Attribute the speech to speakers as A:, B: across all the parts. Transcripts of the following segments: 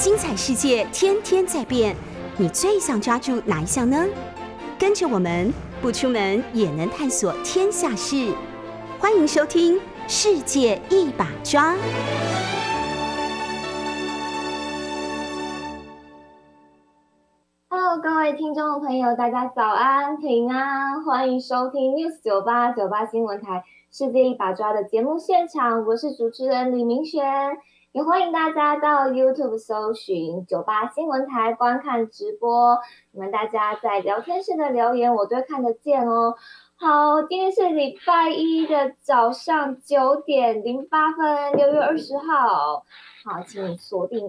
A: 精彩世界天天在变，你最想抓住哪一项呢？跟着我们不出门也能探索天下事，欢迎收听《世界一把抓》。
B: Hello，各位听众朋友，大家早安平安，欢迎收听 News 98新闻台世界一把抓的节目现场，我是主持人李明璇，也欢迎大家到 YouTube 搜寻98新闻台观看直播，你们大家在聊天室的留言我都会看得见哦。好，今天是礼拜一的早上9:08 6月20号。好，请你锁定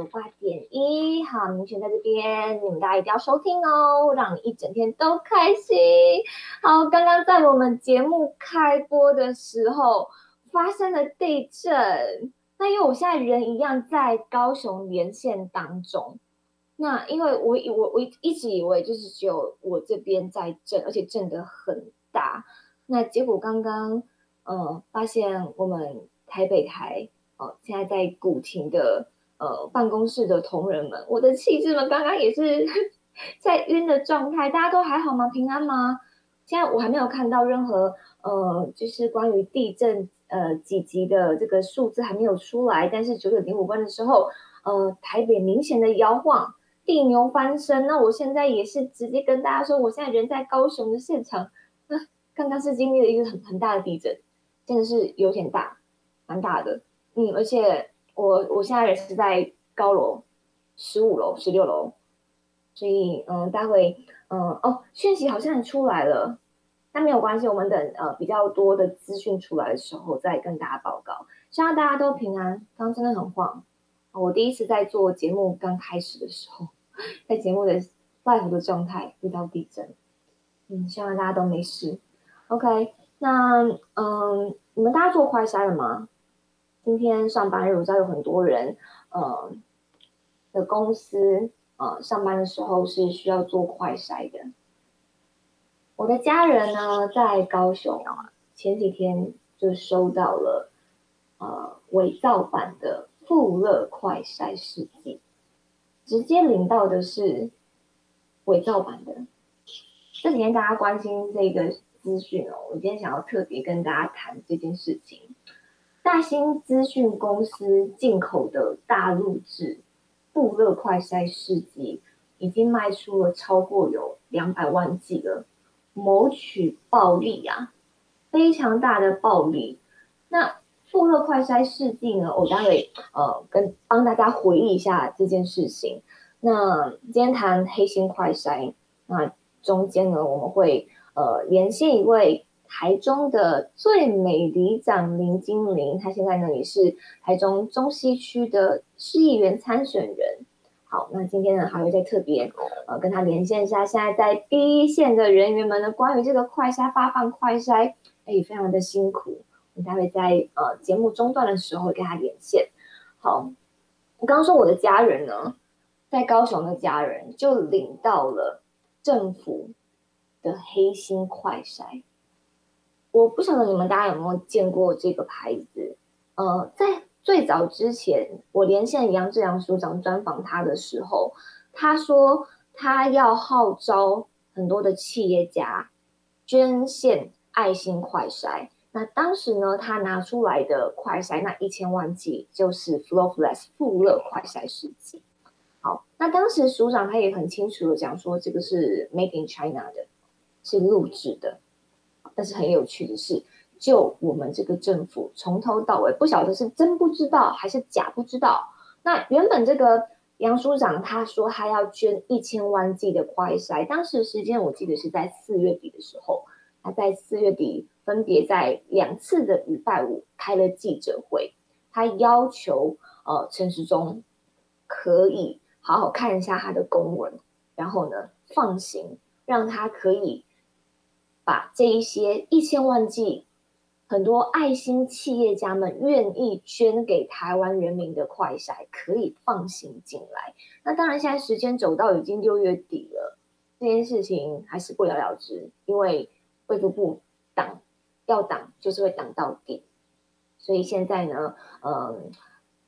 B: FM98.1。好，明璇在这边，你们大家一定要收听哦，让你一整天都开心。好，刚刚在我们节目开播的时候发生了地震，那因为我现在人一样在高雄连线当中，那因为我一直以为就是只有我这边在震，而且震得很大，那结果刚刚发现我们台北台现在在古亭的办公室的同仁们，我的气质们刚刚也是在晕的状态，大家都还好吗？平安吗？现在我还没有看到任何就是关于地震几级的这个数字还没有出来，但是9:05的时候，台北明显的摇晃，地牛翻身。那我现在也是直接跟大家说，我现在人在高雄的现场，刚刚是经历了一个很大的地震，真的是有点大，蛮大的。而且我现在人是在高楼15楼、16楼，所以待会讯息好像出来了，但没有关系，我们等比较多的资讯出来的时候再跟大家报告。希望大家都平安。刚刚真的很晃，我第一次在做节目刚开始的时候，在节目的 live 的状态遇到地震，希望大家都没事。OK， 那你们大家做快筛了吗？今天上班日我知道有很多人的公司上班的时候是需要做快筛的。我的家人呢在高雄前几天就收到了伪造版的富乐快筛试剂，直接领到的是伪造版的。这几天大家关心这个资讯我今天想要特别跟大家谈这件事情。大兴资讯公司进口的大陆制富乐快筛试剂已经卖出了超过有200万剂了，谋取暴利啊，非常大的暴利。那富乐快筛试剂呢，我待会帮大家回忆一下这件事情。那今天谈黑心快筛，那中间呢我们会连线一位台中的最美里长林金玲，她现在呢也是台中中西区的市议员参选人。好，那今天呢还会再特别跟他连线一下，现在在第一线的人员们呢，关于这个快筛发放快筛，非常的辛苦。我待会在节目中段的时候会跟他连线。好，我刚刚说我的家人呢，在高雄的家人就领到了政府的黑心快筛。我不晓得你们大家有没有见过这个牌子？在最早之前，我连线杨志良署长专访他的时候，他说他要号召很多的企业家捐献爱心快筛。那当时呢，他拿出来的快筛那1000万剂就是 Flowflex 富乐快筛试剂。好，那当时署长他也很清楚的讲说，这个是 Made in China 的，是录制的。但是很有趣的是，就我们这个政府从头到尾不晓得是真不知道还是假不知道。那原本这个杨署长他说他要捐1000万剂的快筛，当时时间我记得是在4月底的时候，他在4月底分别在2次的礼拜五开了记者会，他要求陈时中可以好好看一下他的公文，然后呢放行，让他可以把这一些1000万剂很多爱心企业家们愿意捐给台湾人民的快筛可以放行进来。那当然现在时间走到已经6月底了，这件事情还是不了了之，因为卫福部要挡就是会挡到底。所以现在呢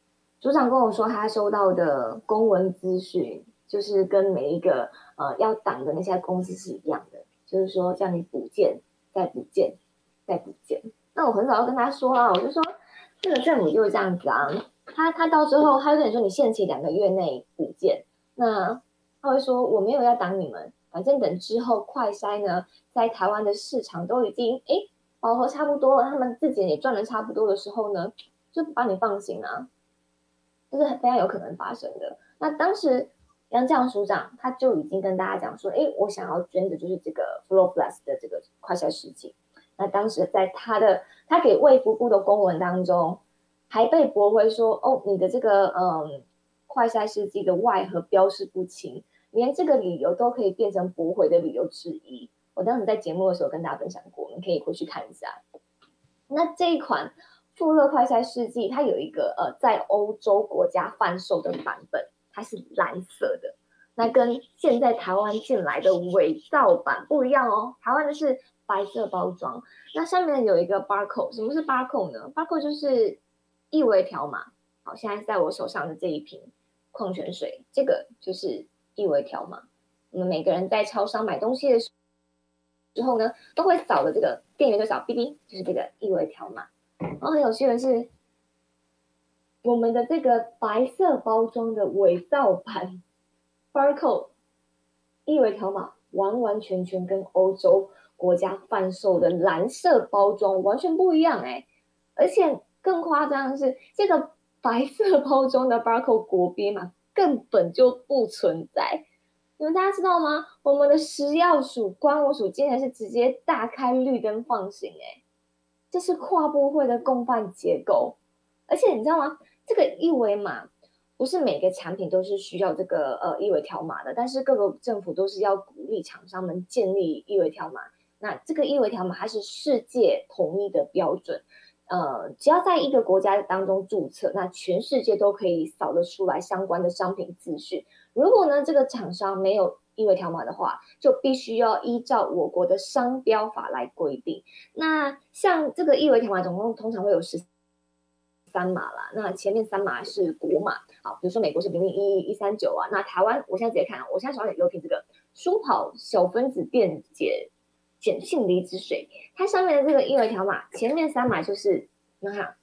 B: 组长跟我说，他收到的公文资讯就是跟每一个要挡的那些公司是一样的，就是说叫你补件、再补件、再补件。那我很早就跟他说啊，我就说这个政府就是这样子啊，他到最后他就跟你说你限期2个月内补件，那他会说我没有要挡你们，反正等之后快筛呢，在台湾的市场都已经饱和差不多了，他们自己也赚的差不多的时候呢，就把你放行啊。这是非常有可能发生的。那当时杨绛署长他就已经跟大家讲说，我想要捐的就是这个 FlowPlus 的这个快筛试剂。那当时在他给卫福部的公文当中，还被驳回说，你的这个快筛试剂的外盒标示不清，连这个理由都可以变成驳回的理由之一。我当时在节目的时候跟大家分享过，你可以回去看一下。那这一款富乐快筛试剂，它有一个在欧洲国家贩售的版本，它是蓝色的。那跟现在台湾进来的伪造版不一样哦，台湾的是白色包装，那上面有一个 barcode。什么是 barcode 呢？ barcode 就是一维条码。好，现在在我手上的这一瓶矿泉水，这个就是一维条码。我们每个人在超商买东西的时候呢，都会扫的这个店员就扫 BB， 就是这个一维条码。然后很有趣的是，我们的这个白色包装的伪造版 barcode 一维条码，完完全全跟欧洲国家贩售的蓝色包装完全不一样而且更夸张的是，这个白色包装的 barcode 国编码根本就不存在。你们大家知道吗？我们的食药署、关务署竟然是直接大开绿灯放行这是跨部会的共犯结构。而且你知道吗？这个一维码不是每个产品都是需要这个一维条码的，但是各个政府都是要鼓励厂商们建立一维条码。那这个一维条码它是世界统一的标准，只要在一个国家当中注册，那全世界都可以扫得出来相关的商品资讯。如果呢这个厂商没有一维条码的话，就必须要依照我国的商标法来规定。那像这个一维条码总共通常会有13码啦，那前面3码是国码，好，比如说美国是001、139啊，那台湾我现在直接看，我现在手上有瓶这个舒跑小分子电解碱性离子水，它上面的这个一维条码，前面3码就是你看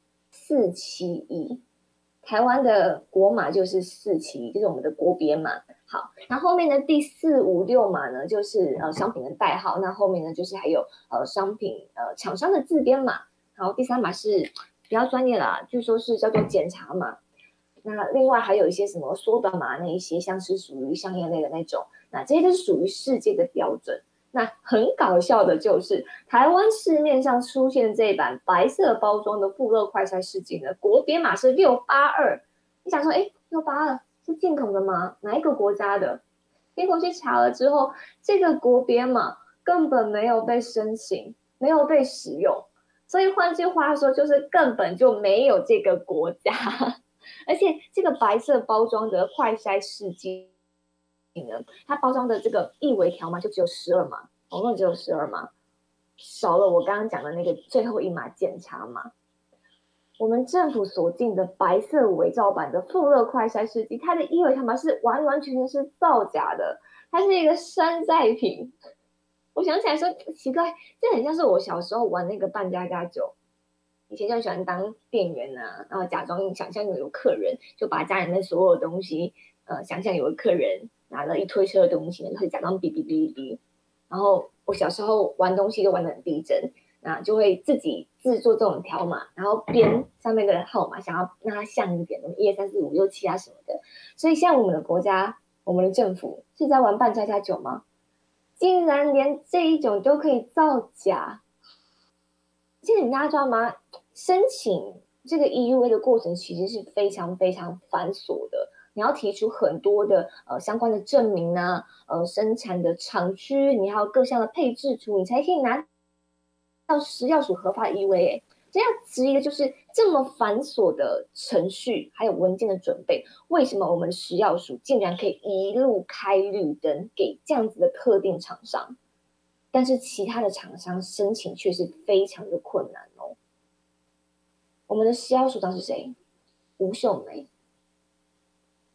B: 471，台湾的国码就是471，就是我们的国别码。好，那后面的第4、5、6码呢，就是商品的代号，那后面呢就是还有商品厂商的字编码。然后第3码是比较专业啦，据说是叫做检查码。那另外还有一些什么缩短码那一些，像是属于商业类的那种，那这些都是属于世界的标准。那很搞笑的就是，台湾市面上出现这版白色包装的富乐快筛试剂呢，国别码是682。你想说，682是进口的吗？哪一个国家的？结果去查了之后，这个国别码根本没有被申请，没有被使用。所以换句话说，就是根本就没有这个国家。而且这个白色包装的快筛试剂呢，它包装的这个一维条码就只有12码，总共只有12码，少了我刚刚讲的那个最后1码检查码。我们政府所进的白色伪造版的富乐快筛试剂，它的一维条码是完完全全是造假的，它是一个山寨品。我想起来说奇怪，这很像是我小时候玩那个扮家家酒，以前就很喜欢当店员啊，然后假装想象有客人，就把家里面所有东西，想象有个客人拿了一推车的东西，然后假装哔哔哔哔。然后我小时候玩东西就玩得很逼真，那就会自己制作这种条码，然后编上面的号码，想要让它像一点，1、2、3、4、5、6、7啊什么的。所以现在我们的国家，我们的政府是在玩扮家家酒吗？竟然连这一种都可以造假！现在你大家知道吗？申请这个 EUA 的过程其实是非常非常繁琐的，你要提出很多的相关的证明啊，生产的厂区，你还有各项的配置图，你才可以拿到食药署合法的 EUA。这样质疑的就是这么繁琐的程序，还有文件的准备，为什么我们的食药署竟然可以一路开绿灯给这样子的特定厂商？但是其他的厂商申请却是非常的困难哦。我们的食药署长是谁？吴秀梅。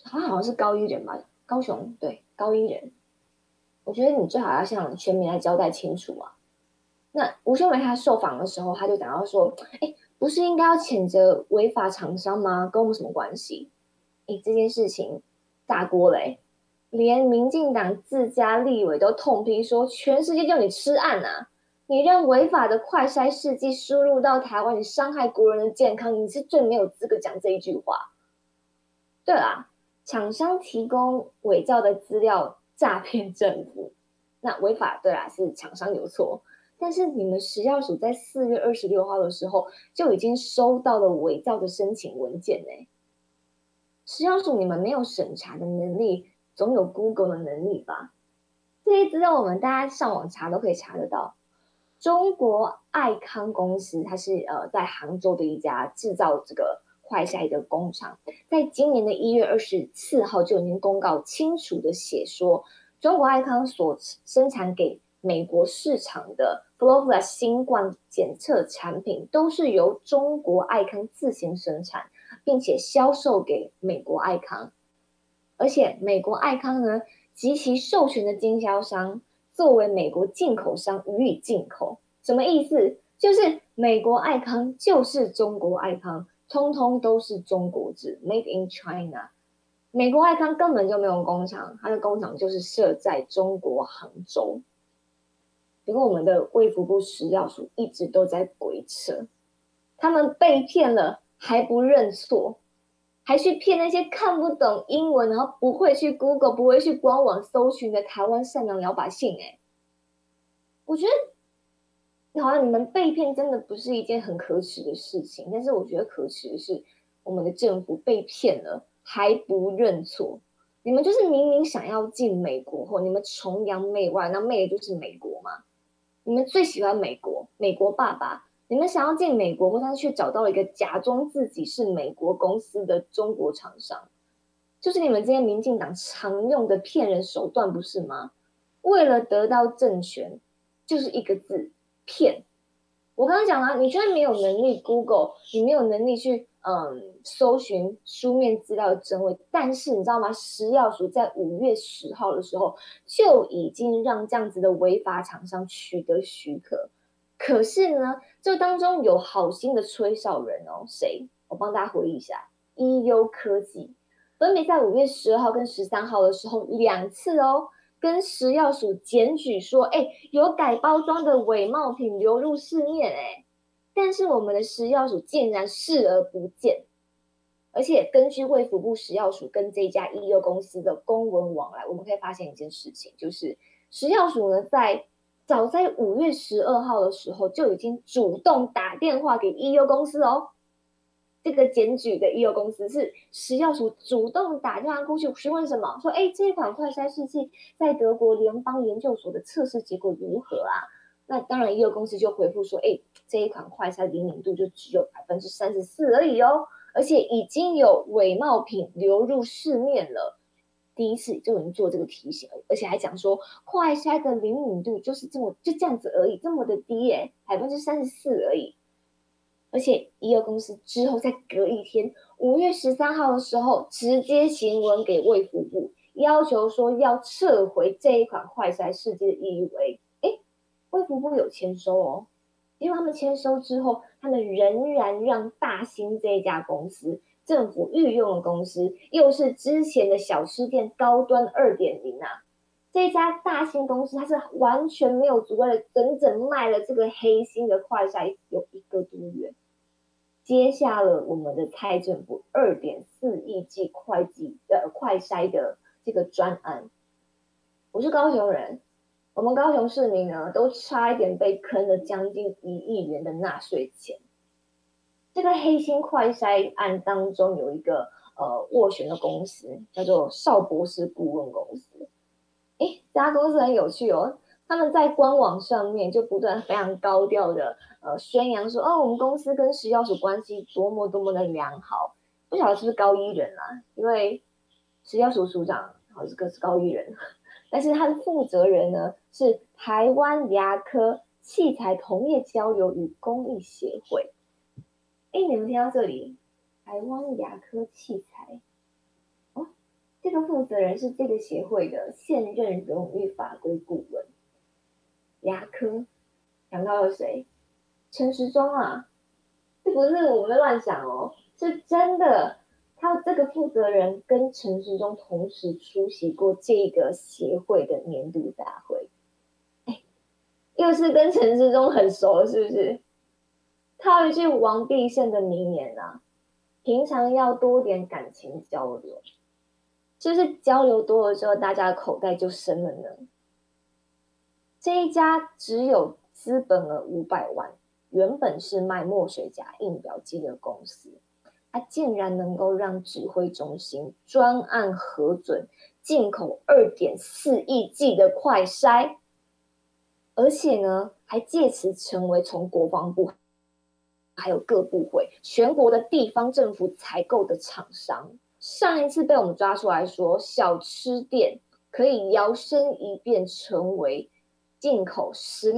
B: 他好像是高一人吧，高雄，对，高一人。我觉得你最好要向全民来交代清楚啊。那吴秀梅她受访的时候，她就讲到说，哎，不是应该要谴责违法厂商吗？跟我们什么关系？哎，这件事情大锅嘞，连民进党自家立委都痛批说，全世界叫你吃案啊！你让违法的快筛试剂输入到台湾，你伤害国人的健康，你是最没有资格讲这一句话。对啦，厂商提供伪造的资料诈骗政府，那违法对啦，是厂商有错。但是你们食药署在4月26号的时候就已经收到了伪造的申请文件呢。食药署你们没有审查的能力，总有 Google 的能力吧？这些资料我们大家上网查都可以查得到。中国爱康公司，它是在杭州的一家制造这个快筛的工厂，在今年的1月24号就已经公告清楚的写说，中国爱康所生产给美国市场的 Flowflex 新冠检测产品，都是由中国爱康自行生产，并且销售给美国爱康。而且美国爱康呢，及其授权的经销商作为美国进口商予以进口。什么意思？就是美国爱康就是中国爱康，通通都是中国制 ，Made in China。美国爱康根本就没有工厂，它的工厂就是设在中国杭州。结果我们的卫福部食药署一直都在鬼扯，他们被骗了还不认错，还去骗那些看不懂英文，然后不会去 Google、不会去官网搜寻的台湾善良老百姓。我觉得好像你们被骗真的不是一件很可耻的事情，但是我觉得可耻的是我们的政府被骗了还不认错。你们就是明明想要进美国后，你们崇洋媚外，那媚的就是美国嘛。你们最喜欢美国，美国爸爸。你们想要进美国，或是去找到一个假装自己是美国公司的中国厂商，就是你们这些民进党常用的骗人手段，不是吗？为了得到政权，就是一个字骗。我刚刚讲了，你居然没有能力 Google，你没有能力去搜寻书面资料的真伪，但是你知道吗？食药署在5月10号的时候就已经让这样子的违法厂商取得许可。可是呢，这当中有好心的吹哨人哦，谁？我帮大家回忆一下，医优科技分别在5月12号跟13号的时候2次哦，跟食药署检举说，有改包装的伪冒品流入市面，但是我们的食药署竟然视而不见。而且根据卫福部食药署跟这家医药公司的公文往来，我们可以发现一件事情，就是食药署呢早在5月12号的时候就已经主动打电话给医药公司哦。这个检举的医药公司是食药署主动打电话过去询问什么？说，这款快筛试剂在德国联邦研究所的测试结果如何啊？那当然，医药公司就回复说，这一款快筛灵敏度就只有34%而已哦，而且已经有伪冒品流入市面了。第一次就已经做这个提醒，而且还讲说，快筛的灵敏度就是就这样子而已，这么的低34%而已。而且医药公司之后再隔一天，5月13号的时候，直接行文给卫福部，要求说要撤回这一款快筛试剂的 EUA。卫福部有签收哦，因为他们签收之后，他们仍然让大兴这一家公司，政府御用的公司，又是之前的小吃店高端2.0啊。这家大兴公司，它是完全没有足谓的，整整卖了这个黑心的快筛有1个多月。接下了我们的蔡政府2.4亿剂快筛的这个专案。我是高雄人，我们高雄市民呢，都差一点被坑了将近1亿元的纳税钱。这个黑心快筛案当中有一个斡旋的公司，叫做邵博士顾问公司。这家公司很有趣哦，他们在官网上面就不断非常高调的宣扬说，我们公司跟食药署关系多么多么的良好。不晓得是不是高一人啊？因为食药署署长这个是高一人，但是他的负责人呢是台湾牙科器材同业交流与公益协会。你们听到这里，台湾牙科器材这个负责人是这个协会的现任荣誉法规顾问，牙科。想到了谁？陈时中啊，这不是我们乱想哦，是真的。他这个负责人跟陈时中同时出席过这个协会的年度大会，又是跟陈时中很熟，是不是？套一句王必胜的名言啊，平常要多点感情交流，就是交流多了之后，大家的口袋就深了呢。这一家只有资本额500万，原本是卖墨水夹印表机的公司，它竟然能够让指挥中心专案核准进口2.4亿剂的快筛，而且呢，还借此成为从国防部还有各部会、全国的地方政府采购的厂商。上一次被我们抓出来说，小吃店可以摇身一变成为进口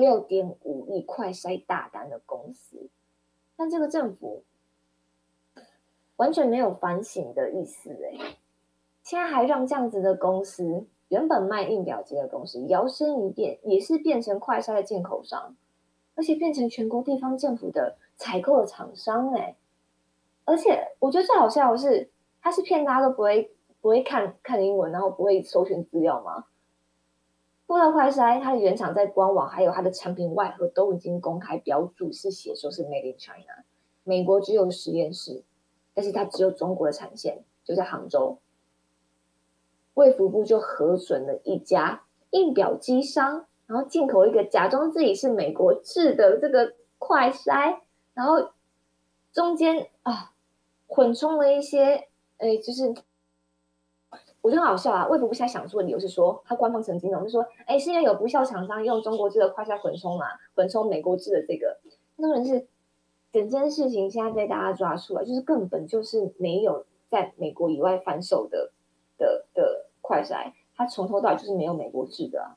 B: 16.5亿快筛大单的公司，但这个政府完全没有反省的意思现在还让这样子的公司，原本卖印表机的公司，摇身一变也是变成快筛的进口商，而且变成全国地方政府的采购的厂商而且我觉得最好笑的是，他是骗大家都不会看英文，然后不会搜寻资料吗？布乐快筛它的原厂在官网还有它的产品外盒都已经公开标注，是写说是 Made in China， 美国只有实验室，但是它只有中国的产线，就在杭州。卫福部就核准了一家印表机商，然后进口一个假装自己是美国制的这个快筛，然后中间混充了一些，就是我觉得很好笑啊！卫福部现在想出的理由是说，他官方曾经就说，是因为有不肖厂商用中国制的快筛混充嘛，混充美国制的这个，那人是整件事情现在被大家抓出来，就是根本就是没有在美国以外贩售的快筛，它从头到尾就是没有美国制的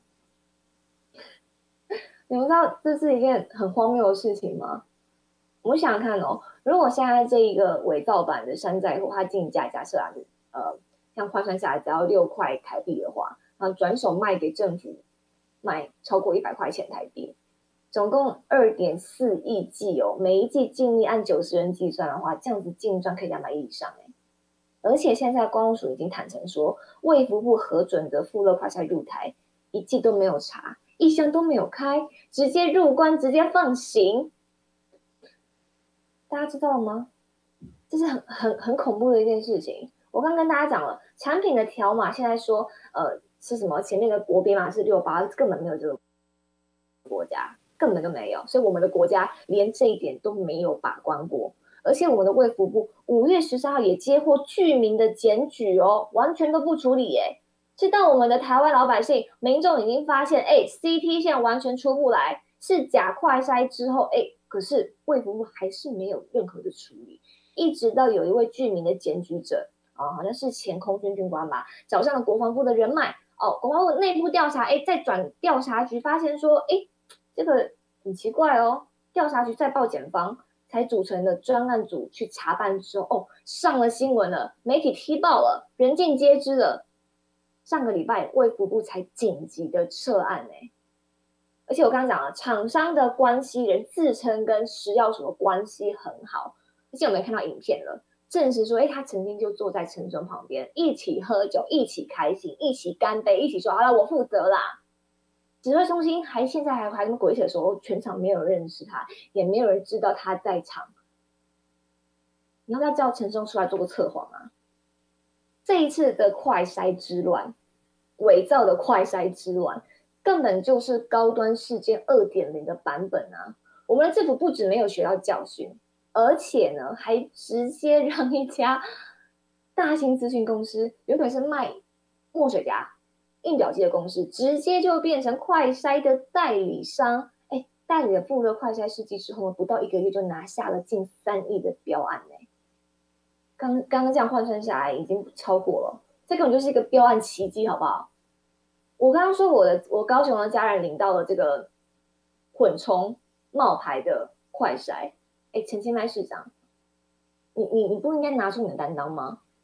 B: 你们知道这是一件很荒谬的事情吗？我们想想看哦，如果现在这一个伪造版的山寨货，它进价假设像换算下来只要6块台币的话，然后转手卖给政府，卖超过100块钱台币，总共2.4亿剂哦，每一剂净利按90人计算的话，这样子净赚可以200亿以上而且现在公安署已经坦诚说，卫福部核准的富乐快筛入台，一剂都没有查，一箱都没有开，直接入关，直接放行。大家知道了吗？这是很恐怖的一件事情。我刚跟大家讲了，产品的条码现在说，是什么？前面的国别码是68，根本没有这个国家，根本就没有。所以我们的国家连这一点都没有把关过。而且我们的卫福部5月13号也接获居民的检举哦，完全都不处理直到我们的台湾老百姓、民众已经发现，CT 现在完全出不来，是假快筛之后，可是卫福部还是没有任何的处理。一直到有一位居民的检举者好像是前空军军官吧，找上了国防部的人脉国防部内部调查，再转调查局发现说，这个很奇怪哦，调查局再报检方才组成的专案组去查办之后，上了新闻了，媒体踢爆了，人尽皆知了。上个礼拜卫福部才紧急的撤案而且我刚刚讲了，厂商的关系人自称跟食药署的关系很好。而且我们看到影片了，证实说，他曾经就坐在陈忠旁边，一起喝酒，一起开心，一起干杯，一起说好了，我负责啦。指挥中心现在还那么鬼扯说，全场没有人认识他，也没有人知道他在场。你要不要叫陈忠出来做个测谎啊？这一次的快筛之乱，伪造的快筛之乱，根本就是高端事件2.0的版本啊！我们的政府不止没有学到教训，而且呢，还直接让一家大型咨询公司，原本是卖墨水夹、印表机的公司，直接就变成快筛的代理商。代理了富乐快筛试剂之后，不到1个月就拿下了近3亿的标案刚刚这样换算下来，已经超过了，这根本就是一个标案奇迹，好不好？我刚刚说我高雄的家人领到了这个混充冒牌的快筛，陈其迈市长，你不应该拿出你的担当吗？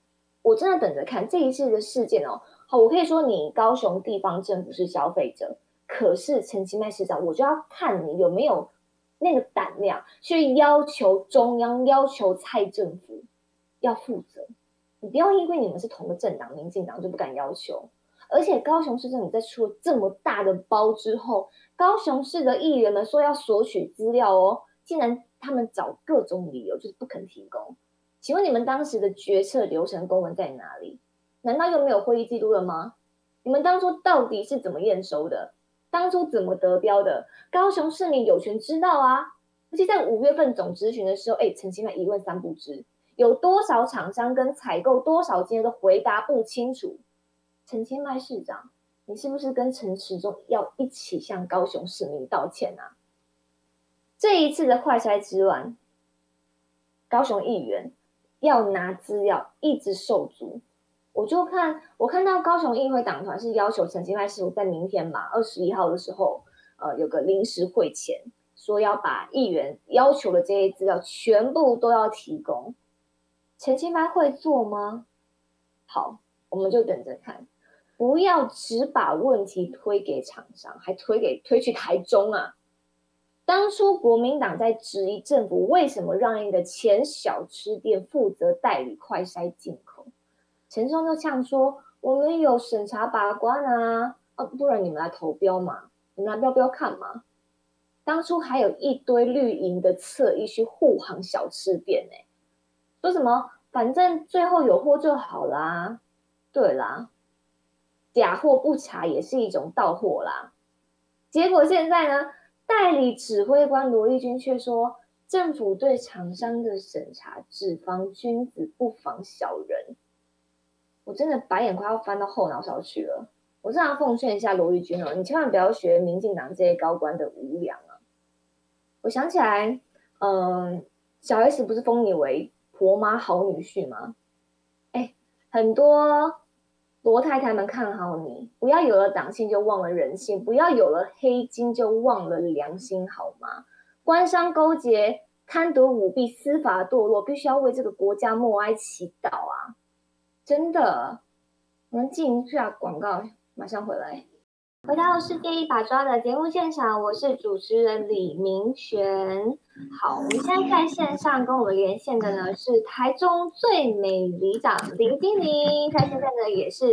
B: 我真的等着看这一次的事件哦。好，我可以说你高雄地方政府是消费者，可是陈其迈市长，我就要看你有没有那个胆量去要求中央、要求蔡政府要负责。你不要因为你们是同个政党，民进党就不敢要求。而且高雄市政府在出了这么大的包之后，高雄市的议员们说要索取资料哦，竟然他们找各种理由就是不肯提供。请问你们当时的决策流程公文在哪里？难道又没有会议记录了吗？你们当初到底是怎么验收的？当初怎么得标的？高雄市民有权知道啊！而且在5月份总质询的时候，陈其迈一问三不知，有多少厂商跟采购多少金额都回答不清楚。陈其迈市长，你是不是跟陈时中要一起向高雄市民道歉啊？这一次的快筛之乱，高雄议员要拿资料一直受阻。我看到高雄议会党团是要求陈其迈市长在明天嘛21号的时候，有个临时会前，说要把议员要求的这些资料全部都要提供。陈其迈会做吗？好，我们就等着看，不要只把问题推给厂商，还推去台中啊！当初国民党在质疑政府为什么让一个前小吃店负责代理快筛进口，陈松就呛说：“我们有审查把关啊，不然你们来投标嘛，你们来标标看嘛。”当初还有一堆绿营的侧翼去护航小吃店说什么反正最后有货就好啦，对啦，假货不查也是一种盗货啦。结果现在呢，代理指挥官罗丽君却说，政府对厂商的审查只防君子不防小人。我真的白眼快要翻到后脑勺去了。我这样奉劝一下罗丽君哦，你千万不要学民进党这些高官的无良啊！我想起来，小 S 不是封你为婆妈好女婿吗？很多罗太太们看好你，不要有了党性就忘了人性，不要有了黑金就忘了良心，好吗？官商勾结、贪得舞弊、司法堕落，必须要为这个国家默哀祈祷啊！真的，我们进一下广告，马上回来。回到世界一把抓的节目现场，我是主持人李明璇。好，我们现在在线上跟我们连线的呢是台中最美里长林经理，他现在呢也是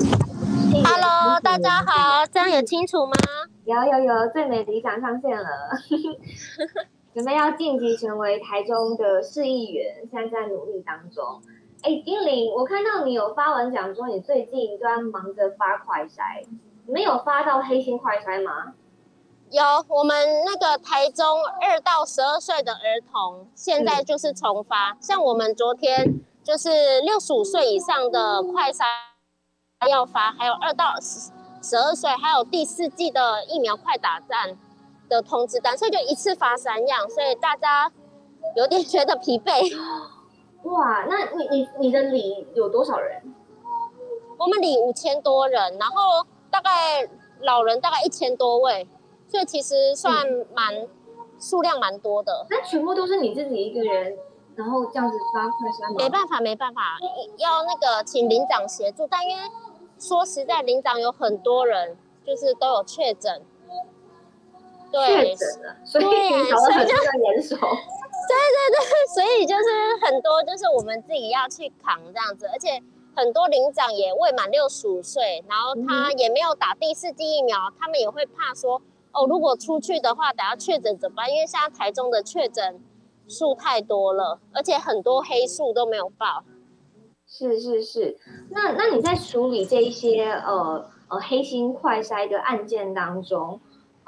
C: Hello， 大家好，这样有清楚吗？
B: 有，最美里长上线了，准备要晋级成为台中的市议员，现在在努力当中。经理，我看到你有发文讲说你最近都在忙着发快筛。你们有发到黑心快筛吗？
C: 有，我们那个台中2到12岁的儿童，现在就是重发。像我们昨天就是65岁以上的快筛要发，还有2到12岁，还有第4剂的疫苗快打站的通知单，所以就一次发3样，所以大家有点觉得疲惫。
B: 哇，那你的里有多少人？
C: 我们里5000多人，然后大概老人大概1000多位，所以其实算数量蛮多的。
B: 那全部都是你自己一个人，然后这样子发快筛吗？
C: 没办法，要那个请领长协助，但因为说实在，领长有很多人就是都有确诊，
B: 对，确诊了，所以你找了很多的人手。
C: 对，所以就是很多就是我们自己要去扛这样子，而且很多领长也未满65岁，然后他也没有打第4剂疫苗，他们也会怕说，如果出去的话，等下确诊怎么办？因为现在台中的确诊数太多了，而且很多黑数都没有报。
B: 是，那你在处理这一些黑心快筛的案件当中，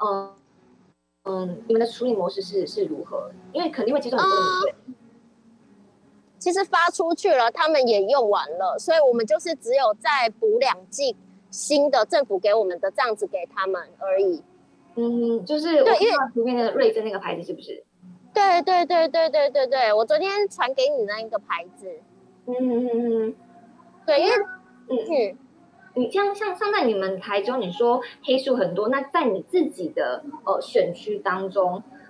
B: 你们的处理模式是如何？因为肯定会接受很多的意见。
C: 其实发出去了，他们也用完了，所以我们就是只有再补2剂新的政府给我们的这样子给他们而已。
B: 就是我看到图片的瑞珍那个牌子是不是？
C: 对，我昨天传给你那一个牌子。对，因为
B: 你像在你们台中，你说黑数很多，那在你自己的选区当中，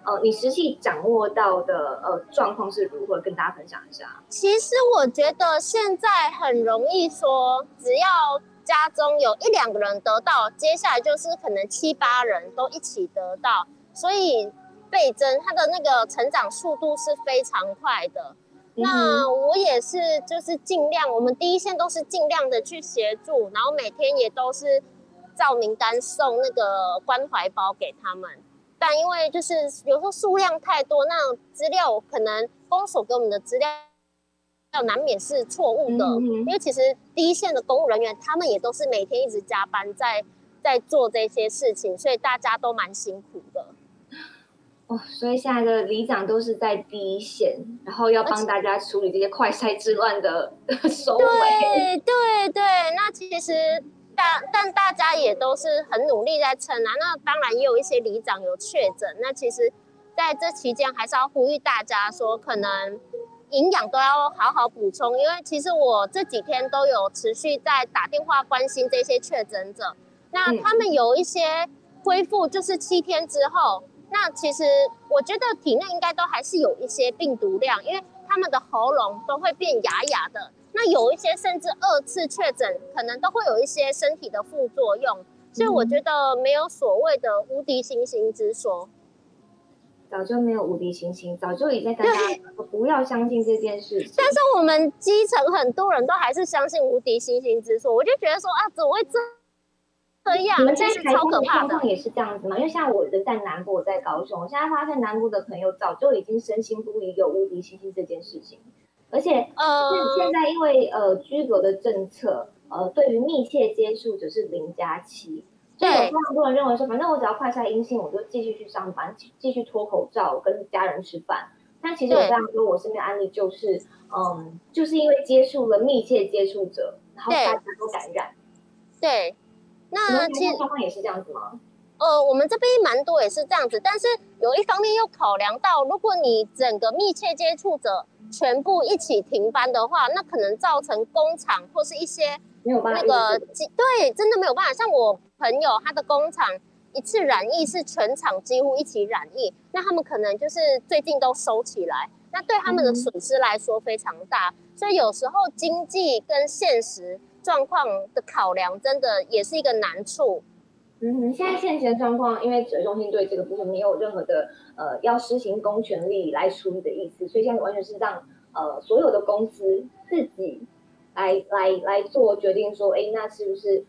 B: 你实际掌握到的状况是如何，跟大家分享一下？
C: 其实我觉得现在很容易说，只要家中有1、2个人得到，接下来就是可能7、8人都一起得到，所以倍增它的那个成长速度是非常快的。那我也是，就是尽量，我们第一线都是尽量的去协助，然后每天也都是照名单送那个关怀包给他们。但因为就是有时候数量太多，那资料可能公所给我们的资料难免是错误的，因为其实第一线的公务人员他们也都是每天一直加班在做这些事情，所以大家都蛮辛苦的。
B: 所以现在的里长都是在第一线，然后要帮大家处理这些快筛之乱的收尾。
C: 对，那其实但大家也都是很努力在撑啊。那当然也有一些里长有确诊，那其实在这期间还是要呼吁大家说，可能营养都要好好补充，因为其实我这几天都有持续在打电话关心这些确诊者，那他们有一些恢复就是7天之后。那其实我觉得体内应该都还是有一些病毒量，因为他们的喉咙都会变哑哑的。那有一些甚至2次确诊，可能都会有一些身体的副作用。所以我觉得没有所谓的无敌星星之说，
B: 早就没有无敌星星，早就已经跟大家说不要相信这件事情。
C: 但是我们基层很多人都还是相信无敌星星之说，我就觉得说啊，怎么会这样？
B: 你们在台
C: 超可
B: 中的
C: 怕的。
B: 状况也是这样子吗？因为像我人在南部，我在高雄，我现在发现南部的朋友早就已经深信不疑有无敌星星这件事情，而且现在因为居隔的政策，对于密切接触者是0+7，所以有非常多人认为说，反正我只要快筛阴性，我就继续去上班，继续脱口罩跟家人吃饭。但其实有非常多我身边案例就是，就是因为接触了密切接触者，然后大家都感染。
C: 对。那
B: 其实状况也是这样子吗？
C: 我们这边蛮多也是这样子，但是有一方面又考量到，如果你整个密切接触者全部一起停班的话，那可能造成工厂或是一些
B: 没有办法
C: 对，真的没有办法。像我朋友他的工厂一次染疫是全厂几乎一起染疫，那他们可能就是最近都收起来，那对他们的损失来说非常大，所以有时候经济跟现实状况的考量真的也是一个难处。
B: 现在现前状况，因为指挥中心对这个部分没有任何的要施行公权力来处理的意思，所以现在完全是让所有的公司自己来做决定说，那是不是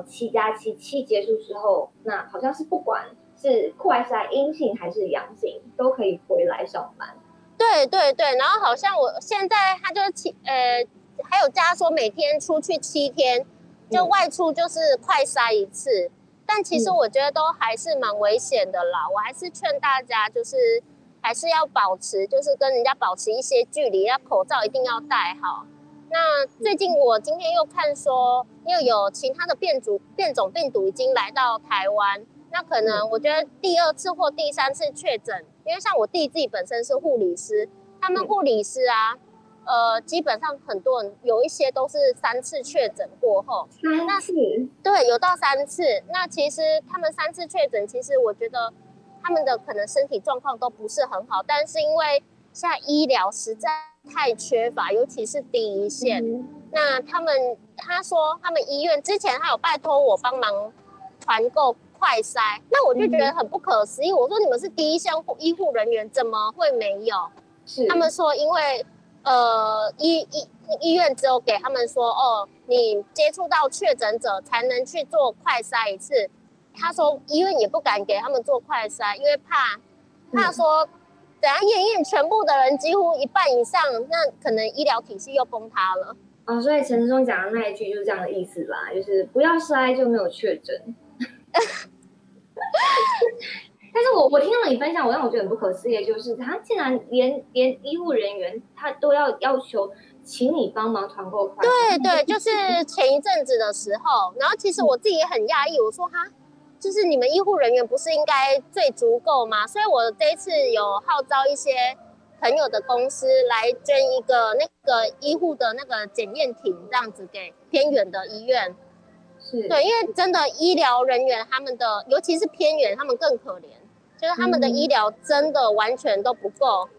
B: 7+7结束之后，那好像是不管是快筛阴性还是阳性，都可以回来上班。
C: 对，然后好像我现在他就还有加说每天出去7天，就外出就是快筛1次。但其实我觉得都还是蛮危险的啦，我还是劝大家就是还是要保持，就是跟人家保持一些距离，要口罩一定要戴好。那最近我今天又看说，因为有其他的变种病毒已经来到台湾，那可能我觉得第2次或第3次确诊，因为像我弟自己本身是护理师，他们护理师啊。基本上很多人有一些都是3次确诊过后
B: ，3次，
C: 对，有到3次。那其实他们3次确诊，其实我觉得他们的可能身体状况都不是很好，但是因为现在医疗实在太缺乏，尤其是第一线。那他说他们医院之前他有拜托我帮忙团购快筛，那我就觉得很不可思议。我说你们是第一线医护人员，怎么会没有？他们说因为。医院只有给他们说，你接触到确诊者才能去做快筛1次。他说医院也不敢给他们做快筛，因为怕说等下验全部的人几乎1半以上，那可能医疗体系又崩塌了。
B: 所以陈时中讲的那一句就是这样的意思啦，就是不要筛就没有确诊。但是我听到你分享，让我觉得很不可思议，就是他竟然连医护人员他都要求请你帮忙团购快筛。
C: 对，就是前一阵子的时候，然后其实我自己也很讶异，我说就是你们医护人员不是应该最足够吗？所以我这一次有号召一些朋友的公司来捐一个那个医护的那个检验亭，这样子给偏远的医院。
B: 是，
C: 对，因为真的医疗人员他们的，尤其是偏远，他们更可怜。 就是他们的医疗真的完全都不够。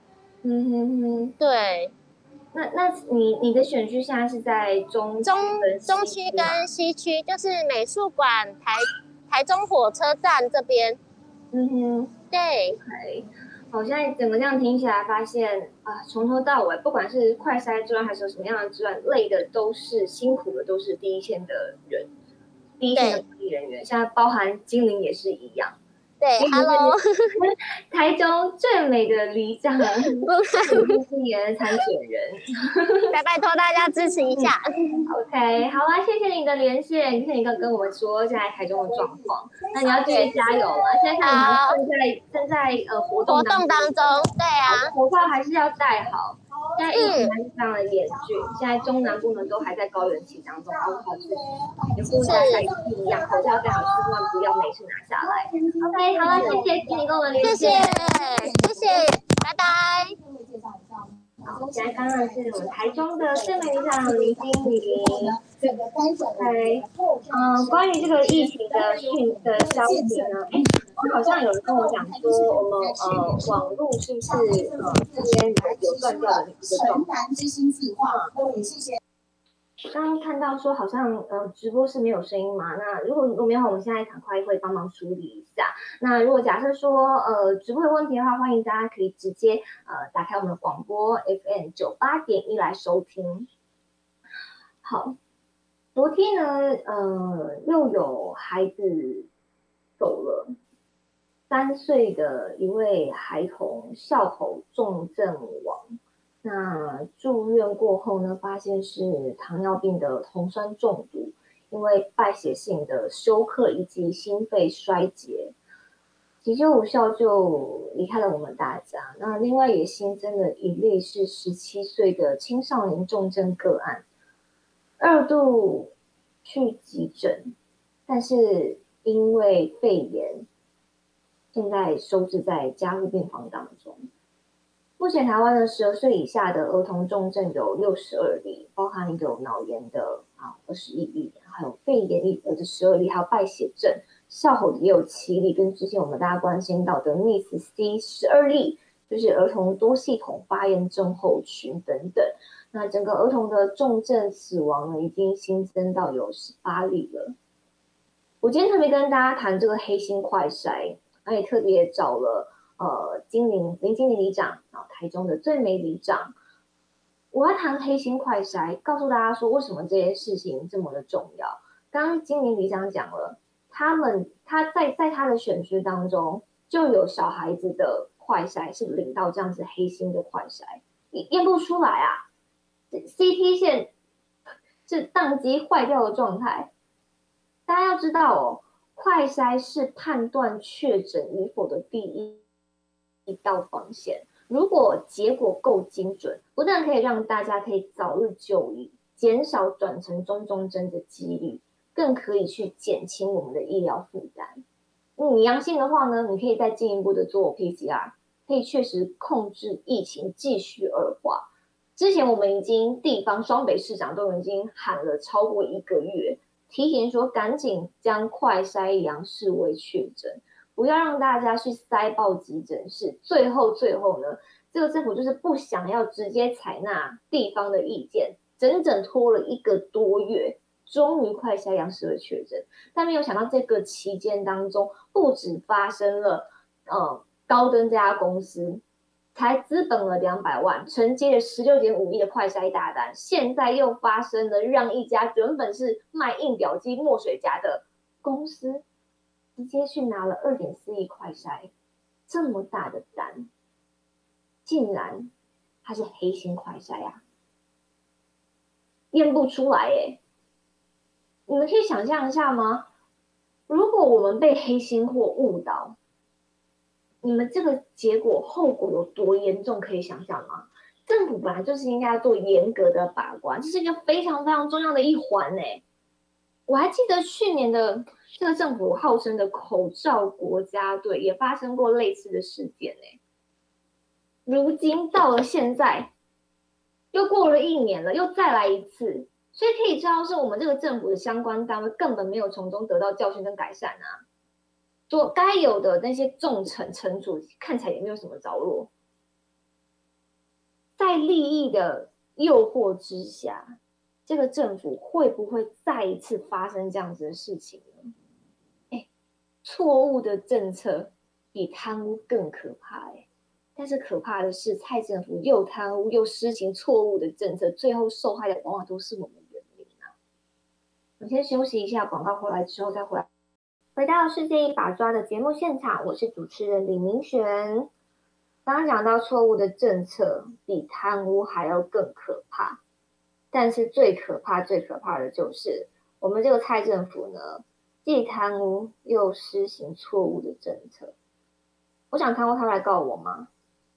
C: 对。
B: 那你的选区现在是在中
C: 区跟西区，就是美术馆、台中火车站这边。对。
B: 好，现在怎么样听起来发现啊，从头到尾，不管是快筛之乱还是有什么样的之乱，累的都是辛苦的，都是第一线的人，第一线的管理人员，现在包含精灵也是一样。
C: 对 ，Hello，
B: 台中最美的里长，今年的参选人，
C: 拜托大家支持一下。
B: OK， 好啊，谢谢你的连线，可以跟我们说现在台中的状况。那你要继续加油啊！现在看你正在活动当中，
C: 对啊，
B: 口罩还是要戴好。现在疫情还是非常的严峻，现在中南部呢都还在高原期当中，包括自己也呼吁大家一样，口罩戴好，千万不要没事拿下来。OK， 好了，谢谢你跟我们连线，
C: 谢谢，拜拜。
B: 好，现在刚刚是我们台中的最美里长林经理。OK，关于这个疫情的消息呢，好像有人跟我讲说，我们网络是不是这边有断掉的一个状况？刚刚看到说好像直播是没有声音嘛，那如果没有，我们现在赶快会帮忙处理一下。那如果假设说直播有问题的话，欢迎大家可以直接打开我们的广播 FM 98.1来收听。好，昨天呢又有孩子走了，3岁的一位孩童笑吼重症亡。那住院过后呢，发现是糖尿病的酮酸中毒，因为败血性的休克以及心肺衰竭，急救无效就离开了我们大家。那另外也新增了一例是17岁的青少年重症个案，2度去急诊，但是因为肺炎，现在收治在加护病房当中。目前台湾的12岁以下的儿童重症有62例，包含有脑炎的21例，还有肺炎的12例，还有败血症、笑吼的也有7例，跟之前我们大家关心到的 MIS-C 12例，就是儿童多系统发炎症候群等等。那整个儿童的重症死亡呢，已经新增到有18例了。我今天特别跟大家谈这个黑心快筛，也特别找了林经理里长，台中的最美里长，我要谈黑心快筛，告诉大家说为什么这件事情这么的重要。刚刚经理里长讲了，他在他的选区当中就有小孩子的快筛是领到这样子黑心的快筛，验不出来啊 ，CT 线是宕机坏掉的状态。大家要知道哦，快筛是判断确诊与否的第一道防线。如果结果够精准，不但可以让大家可以早日就医，减少转成中重症的几率，更可以去减轻我们的医疗负担。你阳性的话呢，你可以再进一步的做 PCR， 可以确实控制疫情继续恶化。之前我们已经地方双北市长都已经喊了超过1个月，提醒说赶紧将快筛阳视为确诊，不要让大家去塞爆急诊室。最后呢，这个政府就是不想要直接采纳地方的意见，整整拖了1个多月，终于快筛阳视为确诊。但没有想到这个期间当中，不止发生了高登这家公司才资本了200万，承接了16.5亿的快筛大单，现在又发生了让一家原本是卖印表机墨水夹的公司直接去拿了2.4亿快筛，这么大的单，竟然它是黑心快筛啊，验不出来耶！你们可以想象一下吗？如果我们被黑心货误导，你们这个结果后果有多严重，可以想象吗？政府本来就是应该做严格的把关，这是一个非常非常重要的一环呢。我还记得去年的这个政府号称的口罩国家队也发生过类似的事件呢。如今到了现在，又过了1年了，又再来一次，所以可以知道是我们这个政府的相关单位根本没有从中得到教训跟改善啊。 做该有的那些重惩惩处，看起来也没有什么着落。在利益的诱惑之下，这个政府会不会再一次发生这样子的事情呢？错误的政策比贪污更可怕但是可怕的是，蔡政府又贪污又施行错误的政策，最后受害的往往都是我们人民我们先休息一下，广告回来之后再回来。回到世界一把抓的节目现场，我是主持人李明璇。刚刚讲到错误的政策比贪污还要更可怕，但是最可怕的就是我们这个蔡政府呢，既贪污又施行错误的政策。我想贪污，他会来告我吗？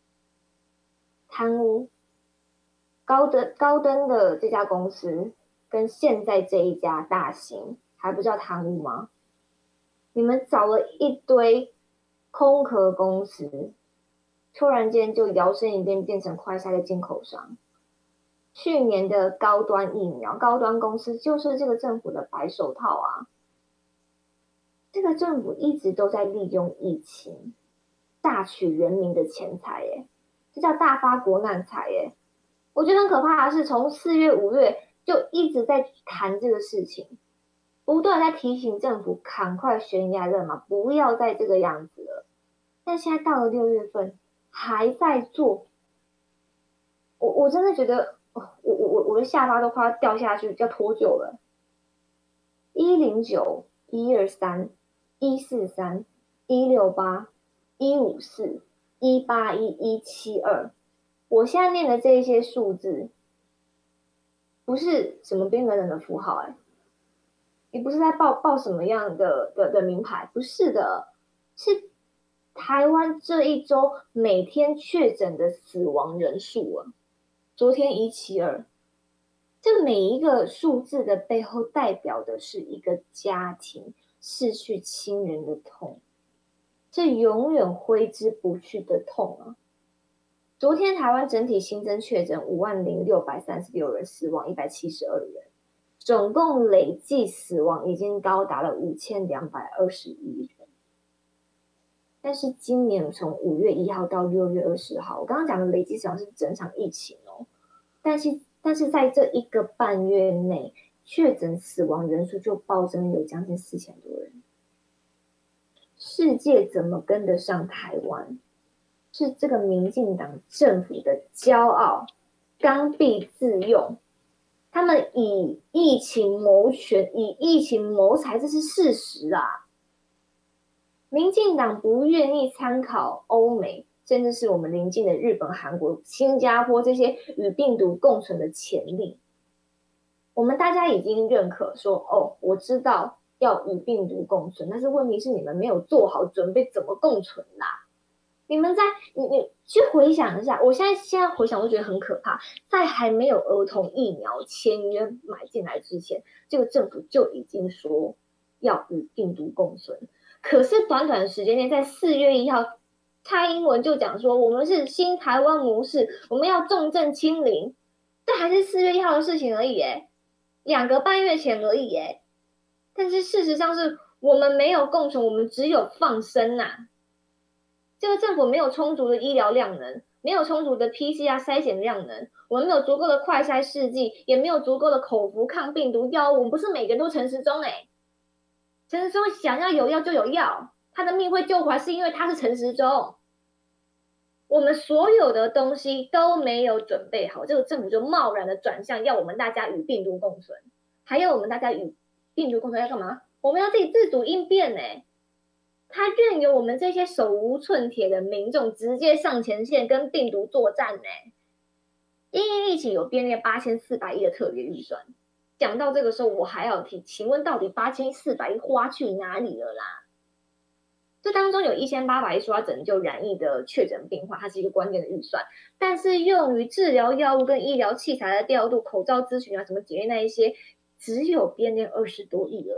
B: 贪污高登的这家公司跟现在这一家大型还不叫贪污吗？你们找了一堆空壳公司，突然间就摇身一变变成快筛的进口商。去年的高端疫苗，高端公司就是这个政府的白手套啊。这个政府一直都在利用疫情榨取人民的钱财这叫大发国难财我觉得很可怕的是，从4月5月就一直在谈这个事情，不断在提醒政府赶快悬崖勒马，不要再这个样子了。但现在到了6月份还在做，我真的觉得我的下巴都快要掉下去，要脱臼了。109、123、143、168、154、181、172，我现在念的这一些数字，不是什么边缘人的符号也不是在报什么样的名牌，不是的，是台湾这一周每天确诊的死亡人数昨天172，这每一个数字的背后代表的是一个家庭逝去亲人的痛，这永远挥之不去的痛昨天台湾整体新增确诊50636人，死亡172人，总共累计死亡已经高达了5221人。但是今年从5月1号到6月20号，我刚刚讲的累计死亡是整场疫情但是在这1个半月内，确诊死亡人数就暴增有将近4000多人。世界怎么跟得上台湾？是这个民进党政府的骄傲，刚愎自用。他们以疫情谋权，以疫情谋财，这是事实民进党不愿意参考欧美，甚至是我们邻近的日本、韩国、新加坡这些与病毒共存的潜力。我们大家已经认可说，我知道要与病毒共存，但是问题是你们没有做好准备，怎么共存啦？你去回想一下，我现在回想，我觉得很可怕。在还没有儿童疫苗签约买进来之前，这个政府就已经说要与病毒共存。可是短短的时间内，在4月1号，蔡英文就讲说，我们是新台湾模式，我们要重症清零。这还是4月1号的事情而已2个半月前而已但是事实上是我们没有共存，我们只有放生这个政府没有充足的医疗量能，没有充足的 PCR 筛检量能，我们没有足够的快筛试剂，也没有足够的口服抗病毒药物。我们不是每个人都陈时中陈时中想要有药就有药，他的命会救回来是因为他是陈时中。我们所有的东西都没有准备好，这个政府就贸然的转向，要我们大家与病毒共存，还要我们大家与病毒共存要干嘛？我们要自己自主应变他任由我们这些手无寸铁的民众直接上前线跟病毒作战因应疫情有编列8400亿的特别预算。讲到这个时候，我还要提，请问到底8400亿花去哪里了啦？这当中有1800亿说要拯救染疫的确诊病患，它是一个关键的预算，但是用于治疗药物跟医疗器材的调度、口罩咨询什么检验那一些，只有编列20多亿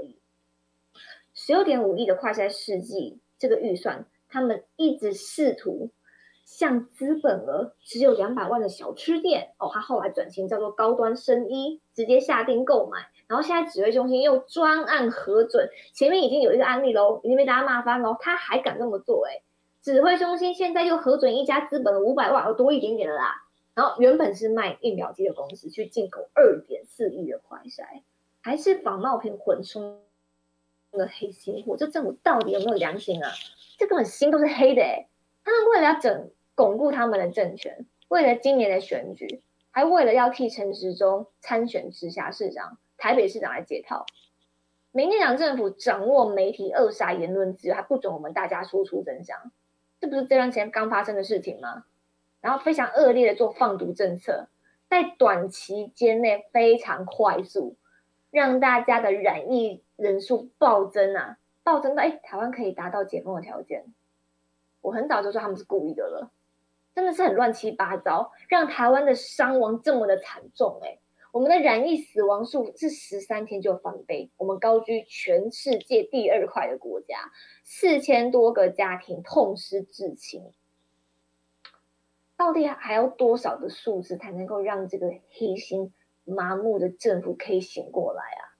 B: 而已。16.5亿的快筛试剂这个预算，他们一直试图像资本额只有200万的小吃店哦，他后来转型叫做高端生医，直接下定购买，然后现在指挥中心又专案核准，前面已经有一个案例喽，已经被大家骂翻喽，他还敢这么做指挥中心现在又核准一家资本额500万，多一点点了啦。然后原本是卖疫苗机的公司去进口2.4亿的快筛，还是仿冒品混充的黑心货，这政府到底有没有良心啊？这根本心都是黑的他们为了要巩固他们的政权，为了今年的选举，还为了要替陈时中参选直辖市长、台北市长来解套。民进党政府掌握媒体扼杀言论自由，还不准我们大家说出真相，这不是这段时间刚发生的事情吗？然后非常恶劣的做放毒政策，在短期间内非常快速，让大家的染疫人数暴增暴增到台湾可以达到解封的条件。我很早就说他们是故意的了，真的是很乱七八糟，让台湾的伤亡这么的惨重我们的染疫死亡数是13天就翻倍，我们高居全世界第2快的国家，4000多个家庭痛失至亲。到底还要多少的数字才能够让这个黑心麻木的政府可以醒过来啊？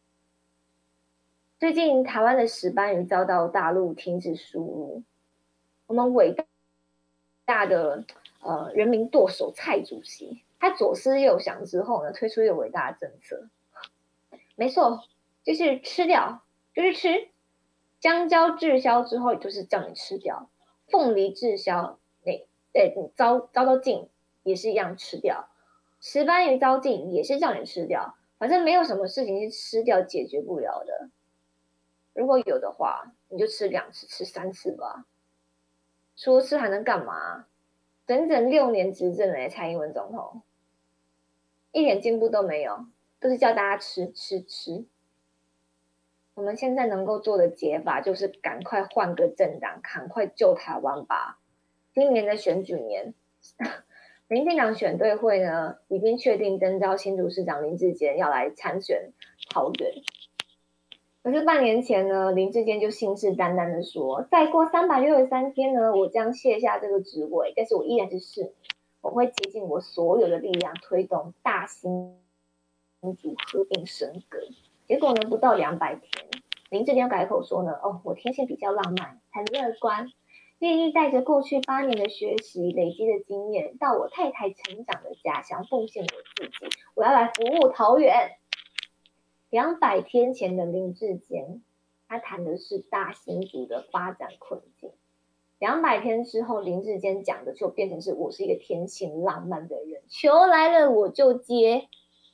B: 最近台湾的石斑鱼遭到大陆停止输入，我们伟大的人民舵手蔡主席，他左思右想之后呢，推出一个伟大的政策，没错，就是吃掉，就是吃。香蕉滞销之后，就是叫你吃掉；凤梨滞销，遭到禁也是一样吃掉；石斑鱼遭禁也是叫你吃掉。反正没有什么事情是吃掉解决不了的。如果有的话，你就吃2次、吃3次吧。除了吃还能干嘛？整整6年执政的蔡英文总统，一点进步都没有，都是叫大家吃吃吃。我们现在能够做的解法就是赶快换个政党，赶快救台湾吧。今年的选举年，民进党选对会呢已经确定征召新竹市长林智坚要来参选桃园。可是半年前呢，林智坚就信誓旦旦的说，再过363天呢，我将卸下这个职位，但是我依然是市民，我会竭尽我所有的力量推动大新竹合并升格。结果呢，不到200天，林智坚改口说呢，我天性比较浪漫，很乐观，愿意带着过去8年的学习累积的经验，到我太太成长的家乡奉献我自己，我要来服务桃园。200天前的林智坚，他谈的是大新竹的发展困境。200天之后，林智坚讲的就变成是我是一个天性浪漫的人，球来了我就接。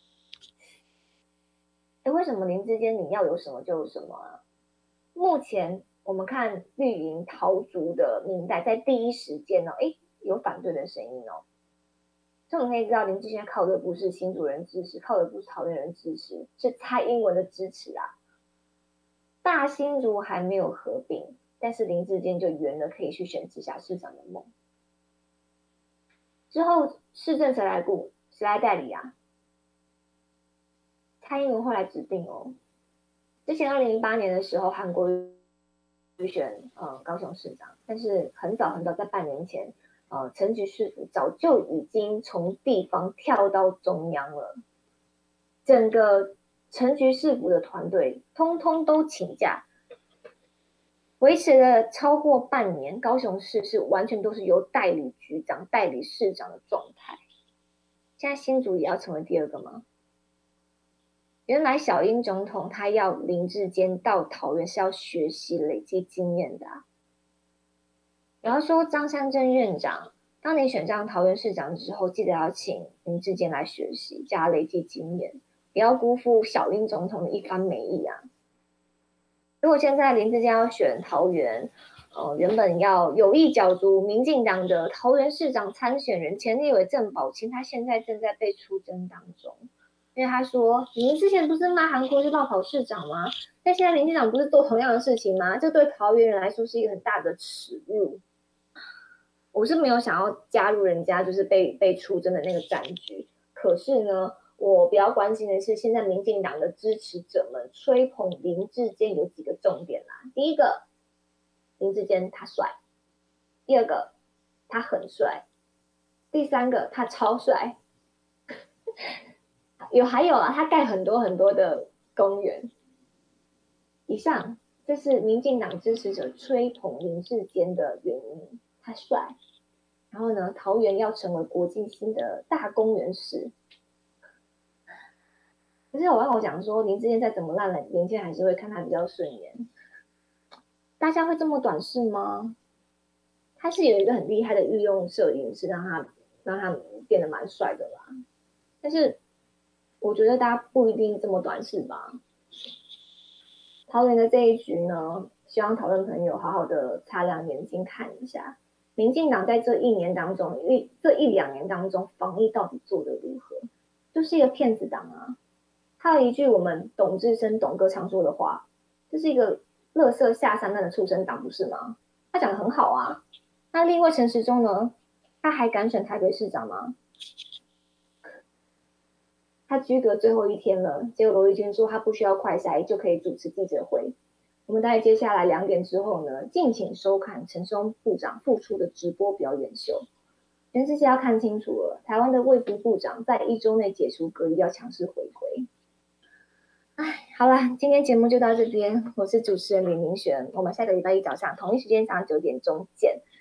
B: 为什么林智坚你要有什么就有什么啊？目前我们看绿营桃竹的民代，在第一时间有反对的声音所以我们可以知道，林智坚靠的不是新竹人支持，靠的不是桃园人支持，是蔡英文的支持啊。大新竹还没有合并，但是林智坚就圆了可以去选直辖市长的梦。之后市政谁来顾，谁来代理啊？蔡英文会来指定之前2008年的时候，韩国瑜选高雄市长，但是很早在半年前。陈菊市府早就已经从地方跳到中央了，整个陈菊市府的团队通通都请假，维持了超过半年。高雄市是完全都是由代理局长、代理市长的状态。现在新竹也要成为第2个吗？原来小英总统他要林智坚到桃园是要学习累积经验的然后说张善政院长，当你选上桃园市长之后，记得要请林智坚来学习，加累积经验，不要辜负小英总统的一番美意啊！如果现在林智坚要选桃园，原本要有意角逐民进党的桃园市长参选人前立委郑宝清，他现在正在被出征当中，因为他说，你们之前不是骂韩国是落跑市长吗？但现在民进党不是做同样的事情吗？这对桃园人来说是一个很大的耻辱。我是没有想要加入人家就是被出征的那个战局，可是呢，我比较关心的是现在民进党的支持者们吹捧林智坚有几个重点啦。第一个，林智坚他帅；第2个， 他很帅；第3个，他超帅。还有啊，他盖很多很多的公园。以上，这是民进党支持者吹捧林智坚的原因，他帅。然后呢，桃园要成为国际新的大公园市。可是有网友讲说，林智坚再怎么烂了，年轻人还是会看他比较顺眼。大家会这么短视吗？他是有一个很厉害的御用摄影师，让他变得蛮帅的啦。但是我觉得大家不一定这么短视吧。桃园的这一局呢，希望讨论朋友好好的擦亮眼睛看一下，民进党在这1年当中，这1-2年当中，防疫到底做得如何？就是一个骗子党啊！还有一句我们董志生董哥常说的话，这是一个垃圾下三滥的畜生党，不是吗？他讲得很好啊。那另外陈时中呢？他还敢选台北市长吗？他居隔最后一天了，结果罗丽君说他不需要快筛就可以主持记者会。我们大概接下来2点之后呢，敬请收看陈松部长复出的直播表演秀。全世界要看清楚了，台湾的卫福部长在1周内解除隔离，要强势回归。好啦，今天节目就到这边，我是主持人李明璇，我们下个礼拜一早上同一时间早上9点钟见。